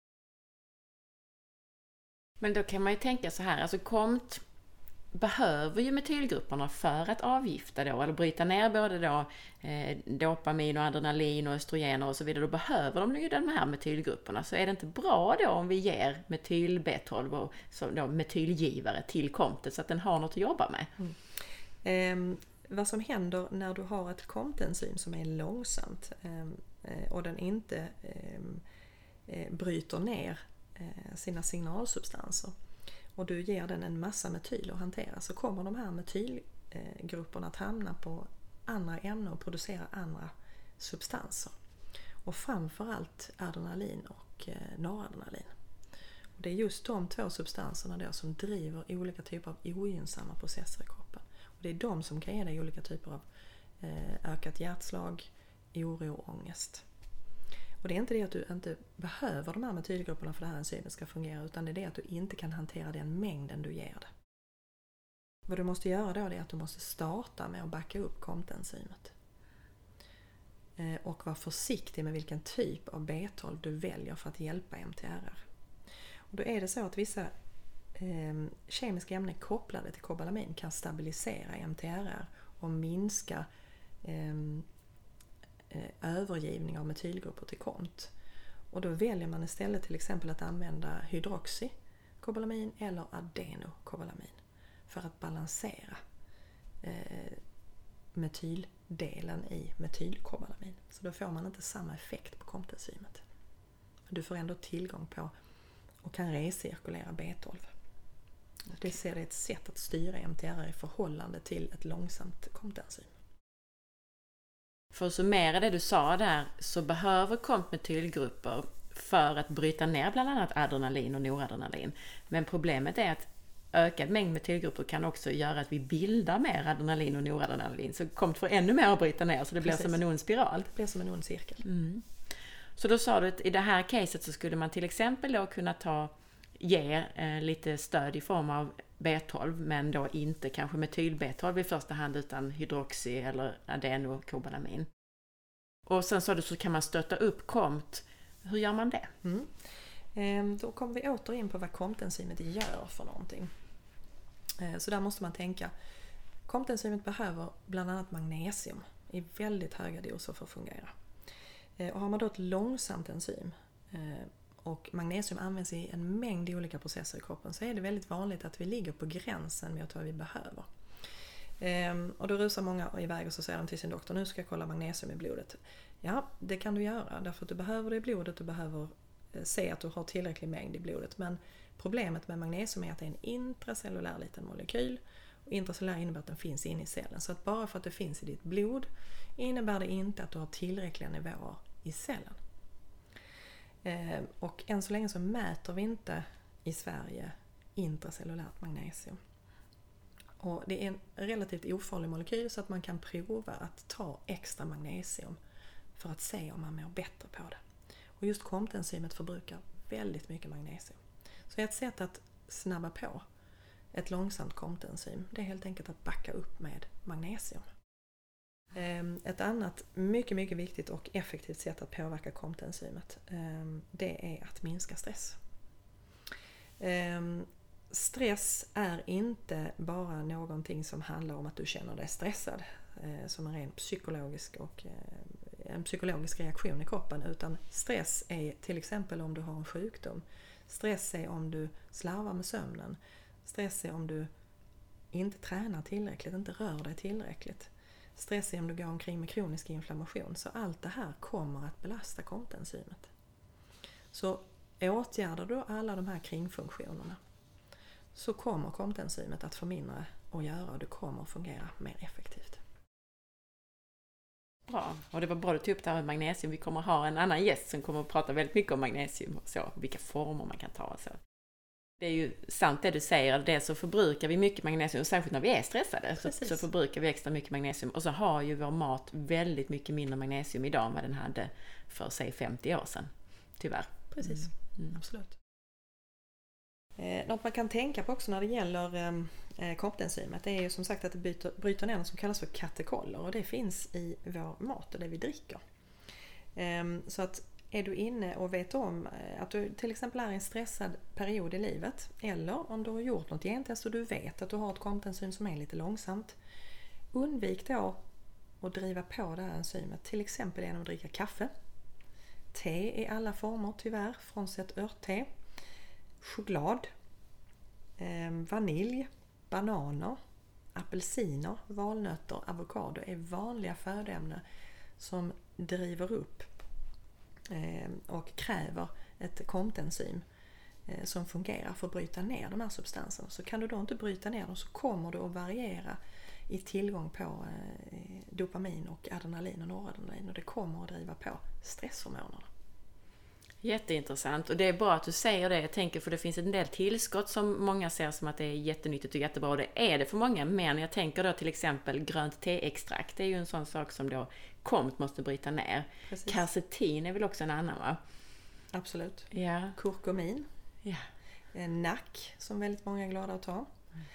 Men då kan man ju tänka så här, alltså C O M T behöver ju metylgrupperna för att avgifta då, eller bryta ner både då eh, dopamin och adrenalin och östrogener och så vidare. Då behöver de ju de här metylgrupperna. Så är det inte bra då om vi ger metyl B tolv och så då metylgivare till C O M T så att den har något att jobba med? Mm. Eh, vad som händer när du har ett C O M T-enzym som är långsamt eh, och den inte eh, bryter ner eh, sina signalsubstanser och du ger den en massa metyl att hantera, så kommer de här metylgrupperna att hamna på andra ämnen och producera andra substanser. Och framförallt adrenalin och noradrenalin. Och det är just de två substanserna då som driver olika typer av ogynnsamma processer i kroppen. Och det är de som kan ge dig olika typer av ökat hjärtslag, oro och ångest. Och det är inte det att du inte behöver de här metylgrupperna för det här enzymet ska fungera, utan det är det att du inte kan hantera den mängden du ger det. Vad du måste göra då är att du måste starta med att backa upp C O M T-enzymet. Och vara försiktig med vilken typ av B tolv du väljer för att hjälpa M T R R. Och då är det så att vissa eh, kemiska ämnen kopplade till kobalamin kan stabilisera M T R R och minska eh, övergivning av metylgrupper till C O M T. Och då väljer man istället till exempel att använda hydroxykobalamin eller adenokobalamin för att balansera eh, metyldelen i metylkobalamin. Så då får man inte samma effekt på C O M T-enzymet. Du får ändå tillgång på och kan recirkulera B tolv. Okay. Det ser det ett sätt att styra M T R R i förhållande till ett långsamt C O M T-enzym. För att summera det du sa där, så behöver C O M T-metylgrupper för att bryta ner bland annat adrenalin och noradrenalin. Men problemet är att ökad mängd metylgrupper kan också göra att vi bildar mer adrenalin och noradrenalin. Så C O M T får ännu mer att bryta ner, så det blir Precis. som en ond spiral. Det blir som en ond cirkel. Mm. Så då sa du att i det här caset så skulle man till exempel då kunna ta, ge eh, lite stöd i form av B tolv, men då inte kanske metyl B tolv i första hand utan hydroxy eller adenokobalamin. Och sen sa du så kan man stötta upp C O M T. Hur gör man det? Mm. Ehm, då kommer vi åter in på vad C O M T-enzymet gör för någonting. Ehm, så där måste man tänka. C O M T-enzymet behöver bland annat magnesium i väldigt höga doser för att fungera. Ehm, och har man då ett långsamt enzym ehm, och magnesium används i en mängd olika processer i kroppen, så är det väldigt vanligt att vi ligger på gränsen med vad vi behöver. Ehm, och då rusar många iväg och så säger de till sin doktor, nu ska jag kolla magnesium i blodet. Ja, det kan du göra därför att du behöver det i blodet, du behöver se att du har tillräcklig mängd i blodet. Men problemet med magnesium är att det är en intracellulär liten molekyl. Och intracellulär innebär att den finns inne i cellen. Så att bara för att det finns i ditt blod innebär det inte att du har tillräckliga nivåer i cellen. Eh, och än så länge så mäter vi inte i Sverige intracellulärt magnesium. Och det är en relativt ofarlig molekyl så att man kan prova att ta extra magnesium för att se om man mår bättre på det. Och just C O M T-enzymet förbrukar väldigt mycket magnesium. Så ett sätt att snabba på ett långsamt C O M T-enzym, det är helt enkelt att backa upp med magnesium. Ett annat mycket, mycket viktigt och effektivt sätt att påverka C O M T-enzymet, det är att minska stress. Stress är inte bara någonting som handlar om att du känner dig stressad. eh, som en ren psykologisk och eh, en psykologisk reaktion i kroppen, utan stress är till exempel om du har en sjukdom. Stress är om du slarvar med sömnen. Stress är om du inte tränar tillräckligt, inte rör dig tillräckligt. Stress är om du går omkring med kronisk inflammation. Så allt det här kommer att belasta KOMT-enzymet. Så åtgärdar du alla de här kringfunktionerna så kommer KOMT-enzymet att få mindre att göra och det kommer att fungera mer effektivt. Bra, och det var bra att du tog upp det här med magnesium. Vi kommer att ha en annan gäst som kommer att prata väldigt mycket om magnesium och så, vilka former man kan ta och så. Det är ju sant det du säger, dels så förbrukar vi mycket magnesium, särskilt när vi är stressade så, så förbrukar vi extra mycket magnesium. Och så har ju vår mat väldigt mycket mindre magnesium idag än vad den hade för sig femtio år sedan, tyvärr. Precis, mm. Mm. Absolut. Eh, något man kan tänka på också när det gäller eh, KOMT-enzymet är ju som sagt att det bryter, bryter ner något som kallas för katekoller, och det finns i vår mat och det vi dricker. Eh, så att är du inne och vet om att du till exempel är i en stressad period i livet, eller om du har gjort något gentest och du vet att du har ett KOMT-enzym som är lite långsamt, undvik då att driva på det här enzymet, till exempel genom att dricka kaffe, te i alla former tyvärr, frånsett örtte, choklad, eh, vanilj, bananer, apelsiner, valnötter, avokado är vanliga födoämnen som driver upp eh, och kräver ett KOMT-enzym eh, som fungerar för att bryta ner de här substanserna. Så kan du då inte bryta ner dem så kommer du att variera i tillgång på eh, dopamin och adrenalin och noradrenalin, och det kommer att driva på stresshormonerna. Jätteintressant, och det är bra att du säger det. Jag tänker, för det finns en del tillskott som många ser som att det är jättenyttigt och jättebra, och det är det för många, men jag tänker då till exempel grönt te-extrakt, det är ju en sån sak som då KOMT måste bryta ner. Precis. Karcetin är väl också en annan, va? Absolut. Ja. Kurkumin. Ja. N A C som väldigt många är glada att ta.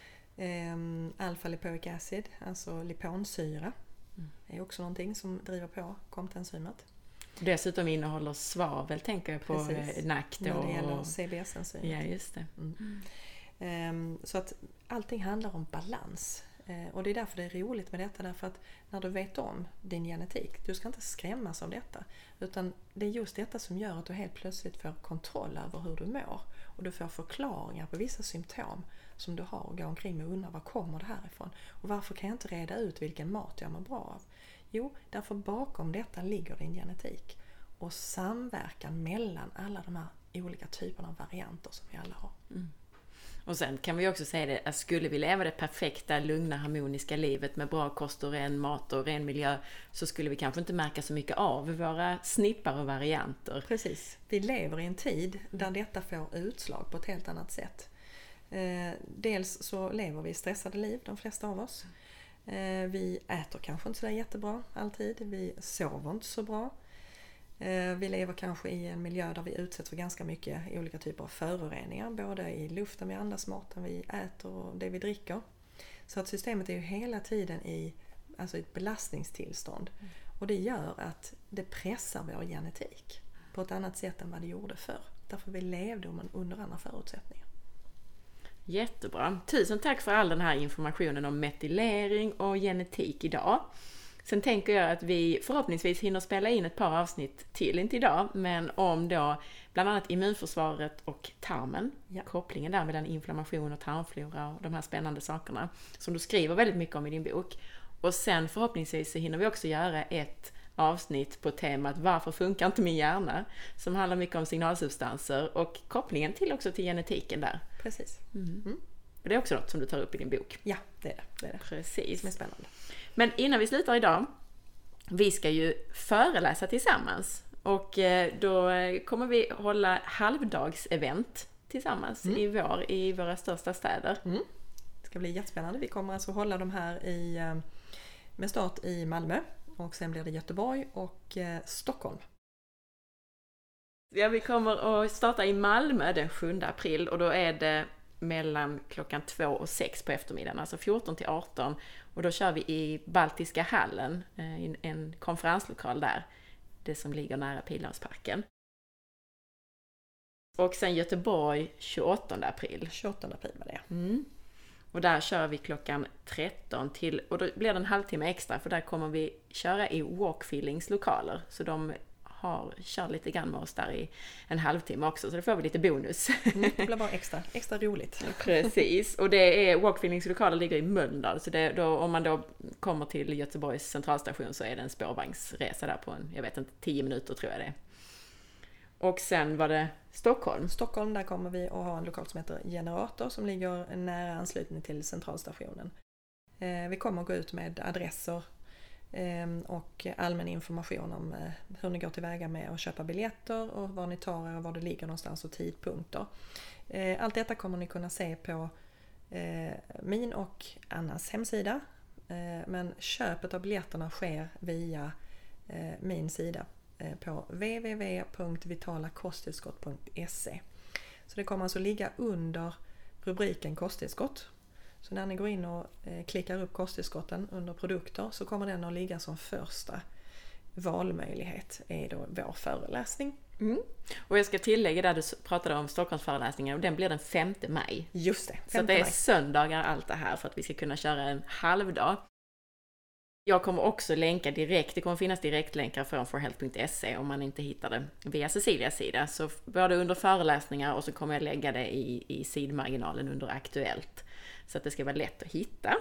Mm. Alfa-lipoic acid, alltså liponsyra, mm. är också någonting som driver på KOMT-enzymet. Dessutom innehåller svavel, tänker jag på. Precis. N A C då. När det gäller C B S-enzymet. Ja, just det. Mm. Mm. Så att allting handlar om balans. Och det är därför det är roligt med detta, därför att när du vet om din genetik, du ska inte skrämmas av detta, utan det är just detta som gör att du helt plötsligt får kontroll över hur du mår, och du får förklaringar på vissa symptom som du har och går omkring med och undrar, var kommer det här ifrån? Och varför kan jag inte reda ut vilken mat jag mår bra av? Jo, därför bakom detta ligger din genetik och samverkan mellan alla de här olika typerna av varianter som vi alla har. Mm. Och sen kan vi också säga det, att skulle vi leva det perfekta, lugna, harmoniska livet med bra kost och ren mat och ren miljö, så skulle vi kanske inte märka så mycket av våra snippar och varianter. Precis. Vi lever i en tid där detta får utslag på ett helt annat sätt. Eh, dels så lever vi stressade liv, de flesta av oss. Eh, vi äter kanske inte så jättebra alltid. Vi sover inte så bra. Vi lever kanske i en miljö där vi utsätts för ganska mycket olika typer av föroreningar, både i luften vi andas, maten vi äter och det vi dricker. Så att systemet är ju hela tiden i alltså ett belastningstillstånd. Mm. Och det gör att det pressar vår genetik på ett annat sätt än vad det gjorde förr. Därför vi levde under andra förutsättningar. Jättebra. Tusen tack för all den här informationen om metylering och genetik idag. Sen tänker jag att vi förhoppningsvis hinner spela in ett par avsnitt till, inte idag, men om då bland annat immunförsvaret och tarmen. Ja. Kopplingen där mellan inflammation och tarmflora och de här spännande sakerna som du skriver väldigt mycket om i din bok. Och sen förhoppningsvis så hinner vi också göra ett avsnitt på temat varför funkar inte min hjärna, som handlar mycket om signalsubstanser och kopplingen till också till genetiken där. Precis. Mm. Mm. Och det är också något som du tar upp i din bok. Ja, det är det. det, är det. Precis. Det är spännande. Men innan vi slutar idag, vi ska ju föreläsa tillsammans, och då kommer vi hålla halvdagsevent tillsammans mm. i vår i våra största städer. Mm. Det ska bli jättespännande. Vi kommer alltså hålla de här i, med start i Malmö, och sen blir det Göteborg och Stockholm. Ja, vi kommer att starta i Malmö den sjunde april, och då är det mellan klockan två och sex på eftermiddagen, alltså fjorton till arton, och då kör vi i Baltiska hallen, i en konferenslokal där, det som ligger nära Pildammsparken. Och sen Göteborg tjugoåttonde april. tjugoåttonde april var det. Mm. Och där kör vi klockan tretton till, och då blir det en halvtimme extra för där kommer vi köra i Walkfeelings lokaler. Så de har, kör lite grann med oss där i en halvtimme också, så det får vi lite bonus. Mm, det blir bara extra, extra roligt. Precis, och det är Walkfeelings lokaler ligger i Mölndal, så det, då, om man då kommer till Göteborgs centralstation så är det en spårvagnsresa där på en, jag vet inte, tio minuter tror jag det är. Och sen var det Stockholm. Stockholm, där kommer vi att ha en lokal som heter Generator som ligger nära anslutning till centralstationen. Eh, vi kommer att gå ut med adresser eh, och allmän information om eh, hur ni går tillväga med att köpa biljetter och var ni tar er och var det ligger någonstans och tidpunkter. Eh, allt detta kommer ni kunna se på eh, min och Annas hemsida. Eh, men köpet av biljetterna sker via eh, min sida på w w w punkt vitala kosttillskott punkt se. Så det kommer alltså ligga under rubriken kosttillskott. Så när ni går in och klickar upp kosttillskotten under produkter så kommer den att ligga som första valmöjlighet är då vår föreläsning. Mm. Och jag ska tillägga där du pratade om Stockholmsföreläsningen och den blir den femte maj. Just det. Så det är söndagar allt det här för att vi ska kunna köra en halvdag. Jag kommer också länka direkt, det kommer finnas direktlänkar från forhealth punkt se om man inte hittar det via Cecilias sida. Så både under föreläsningar och så kommer jag lägga det i, i sidmarginalen under aktuellt. Så att det ska vara lätt att hitta.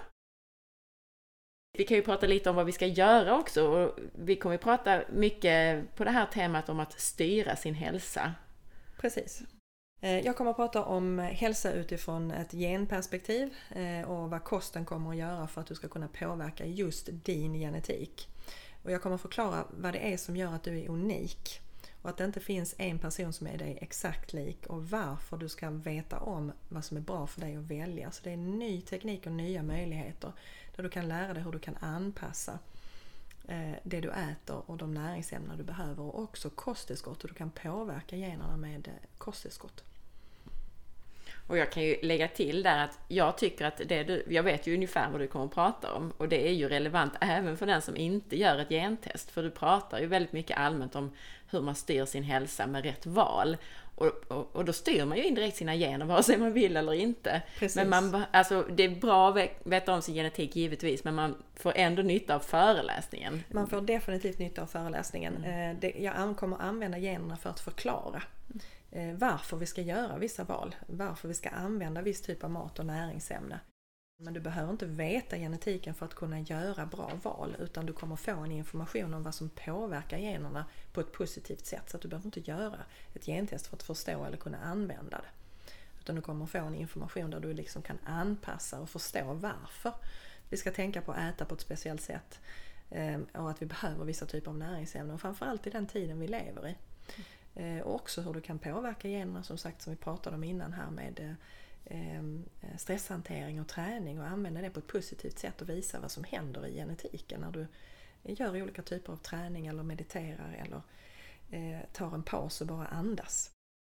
Vi kan ju prata lite om vad vi ska göra också. Och vi kommer ju prata mycket på det här temat om att styra sin hälsa. Precis. Jag kommer att prata om hälsa utifrån ett genperspektiv och vad kosten kommer att göra för att du ska kunna påverka just din genetik. Och jag kommer att förklara vad det är som gör att du är unik och att det inte finns en person som är dig exakt lik och varför du ska veta om vad som är bra för dig att välja. Så det är ny teknik och nya möjligheter där du kan lära dig hur du kan anpassa det du äter och de näringsämnen du behöver och också kosttillskott och du kan påverka generna med kosttillskott. Och jag kan ju lägga till där att jag tycker att det du, jag vet ju ungefär vad du kommer att prata om och det är ju relevant även för den som inte gör ett gentest för du pratar ju väldigt mycket allmänt om hur man styr sin hälsa med rätt val och, och, och då styr man ju indirekt sina gener vare sig man vill eller inte. Precis. Men man, alltså, det är bra att veta om sin genetik givetvis men man får ändå nytta av föreläsningen. Man får definitivt nytta av föreläsningen. Mm. Det, jag kommer använda generna för att förklara varför vi ska göra vissa val, varför vi ska använda viss typ av mat och näringsämne. Men du behöver inte veta genetiken för att kunna göra bra val utan du kommer få en information om vad som påverkar generna på ett positivt sätt så att du behöver inte göra ett gentest för att förstå eller kunna använda det. Utan du kommer få en information där du liksom kan anpassa och förstå varför vi ska tänka på att äta på ett speciellt sätt och att vi behöver vissa typer av näringsämnen och framförallt i den tiden vi lever i. Och också hur du kan påverka generna som sagt som vi pratade om innan här med stresshantering och träning och använda det på ett positivt sätt och visa vad som händer i genetiken när du gör olika typer av träning eller mediterar eller tar en paus och bara andas.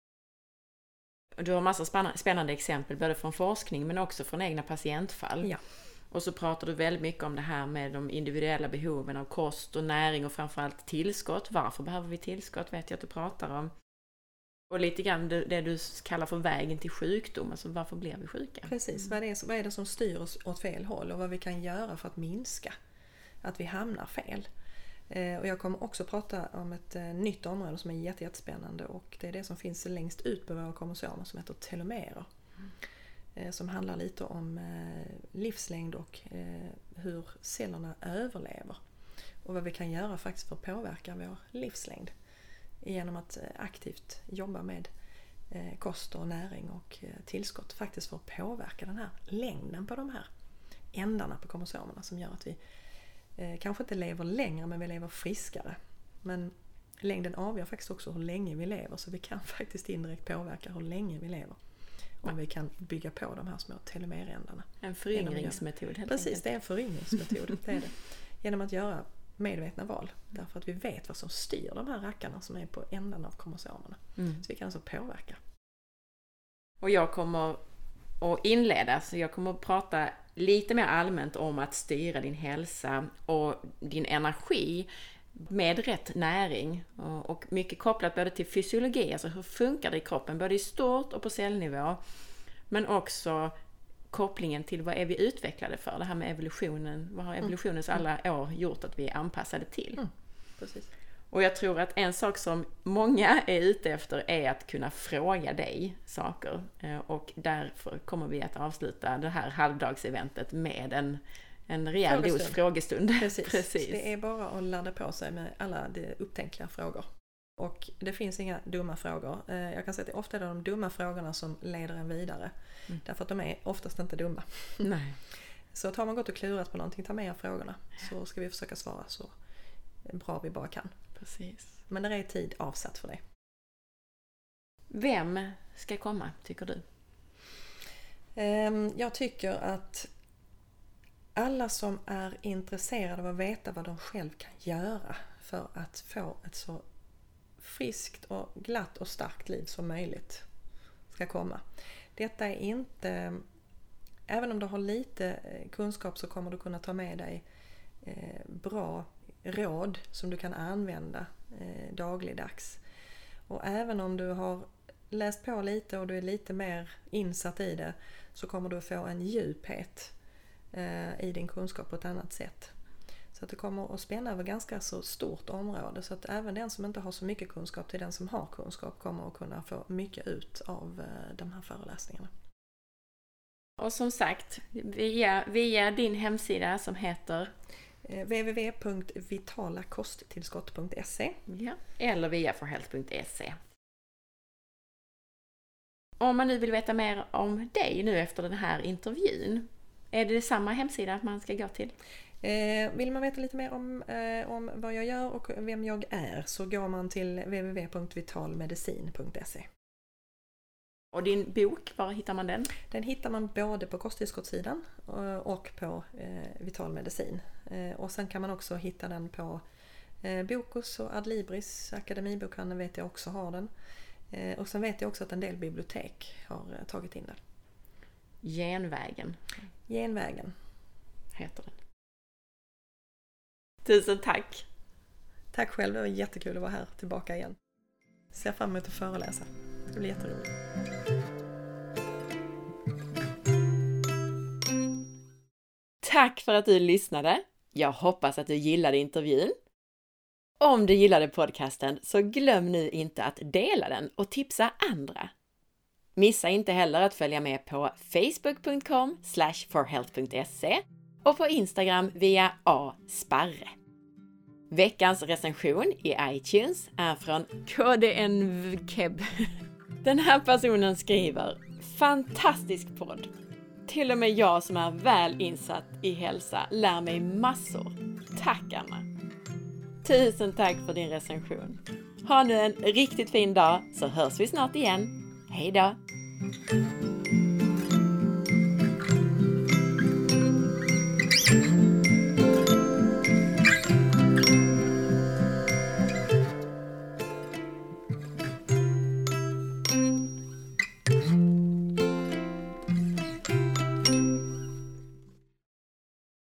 Du har massa spännande exempel både från forskning men också från egna patientfall. Ja. Och så pratar du väldigt mycket om det här med de individuella behoven av kost och näring och framförallt tillskott. Varför behöver vi tillskott vet jag att du pratar om. Och lite grann det, det du kallar för vägen till sjukdom. Alltså varför blir vi sjuka? Precis, vad är, det, vad är det som styr oss åt fel håll och vad vi kan göra för att minska att vi hamnar fel. Eh, och jag kommer också prata om ett eh, nytt område som är jätte, jättespännande och det är det som finns längst ut på våra kromosomer som heter telomerer. Mm. Som handlar lite om livslängd och hur cellerna överlever. Och vad vi kan göra faktiskt för att påverka vår livslängd. Genom att aktivt jobba med kost och näring och tillskott. Faktiskt för att påverka den här längden på de här ändarna på kromosomerna. Som gör att vi kanske inte lever längre men vi lever friskare. Men längden avgör faktiskt också hur länge vi lever. Så vi kan faktiskt indirekt påverka hur länge vi lever. Om vi kan bygga på de här små telomerändarna. En föryngringsmetod helt Precis, enkelt. det är en föryngringsmetod. Det är det. Genom att göra medvetna val. Därför att vi vet vad som styr de här rackarna som är på ändarna av kromosomerna. Mm. Så vi kan alltså påverka. Och jag kommer att inleda, så jag kommer att prata lite mer allmänt om att styra din hälsa och din energi med rätt näring och mycket kopplat både till fysiologi, alltså hur funkar det i kroppen både i stort och på cellnivå, men också kopplingen till vad är vi utvecklade för? Det här med evolutionen. Vad har evolutionens mm. alla år gjort att vi är anpassade till? Mm. Precis. Och jag tror att en sak som många är ute efter är att kunna fråga dig saker. Och därför kommer vi att avsluta det här halvdagseventet med en, en rejäl dos frågestund. Precis. Precis. Det är bara att ladda på sig med alla de upptänkliga frågor. Och det finns inga dumma frågor. Jag kan säga att det är ofta de dumma frågorna som leder en vidare. Mm. Därför att de är oftast inte dumma. Nej. Så tar man gått och klurat på någonting, ta med er frågorna. Så ska vi försöka svara så bra vi bara kan. Precis. Men det är tid avsatt för det. Vem ska komma, tycker du? Jag tycker att alla som är intresserade av att veta vad de själv kan göra för att få ett så friskt och glatt och starkt liv som möjligt ska komma. Detta är inte, även om du har lite kunskap så kommer du kunna ta med dig bra råd som du kan använda eh, dagligdags. Och även om du har läst på lite och du är lite mer insatt i det så kommer du få en djuphet eh, i din kunskap på ett annat sätt. Så att det kommer att spänna över ganska så stort område så att även den som inte har så mycket kunskap till den som har kunskap kommer att kunna få mycket ut av eh, de här föreläsningarna. Och som sagt, via, via din hemsida som heter w w w punkt vitala kosttillskott punkt se ja, eller via for health punkt se. Om man nu vill veta mer om dig nu efter den här intervjun, är det samma hemsida man ska gå till? Eh, vill man veta lite mer om, eh, om vad jag gör och vem jag är så går man till w w w punkt vitalmedicin punkt se. Och din bok, var hittar man den? Den hittar man både på kosttillskottssidan och på eh, Vital Medicin. Eh, och sen kan man också hitta den på eh, Bokus och Adlibris. Akademibokhandeln vet jag också har den. Eh, och sen vet jag också att en del bibliotek har eh, tagit in den. Genvägen. Genvägen. Heter den. Tusen tack. Tack själv, det var jättekul att vara här tillbaka igen. Ser fram emot att föreläsa. Det blir jätteroligt. Tack för att du lyssnade. Jag hoppas att du gillade intervjun. Om du gillade podcasten så glöm nu inte att dela den och tipsa andra. Missa inte heller att följa med på facebook punkt com slash for health punkt se och på Instagram via asparre. Veckans recension i iTunes är från K D N V Keb. Den här personen skriver: fantastisk podd. Till och med jag som är väl insatt i hälsa lär mig massor. Tack Anna. Tusen tack för din recension. Ha nu en riktigt fin dag så hörs vi snart igen. Hej då!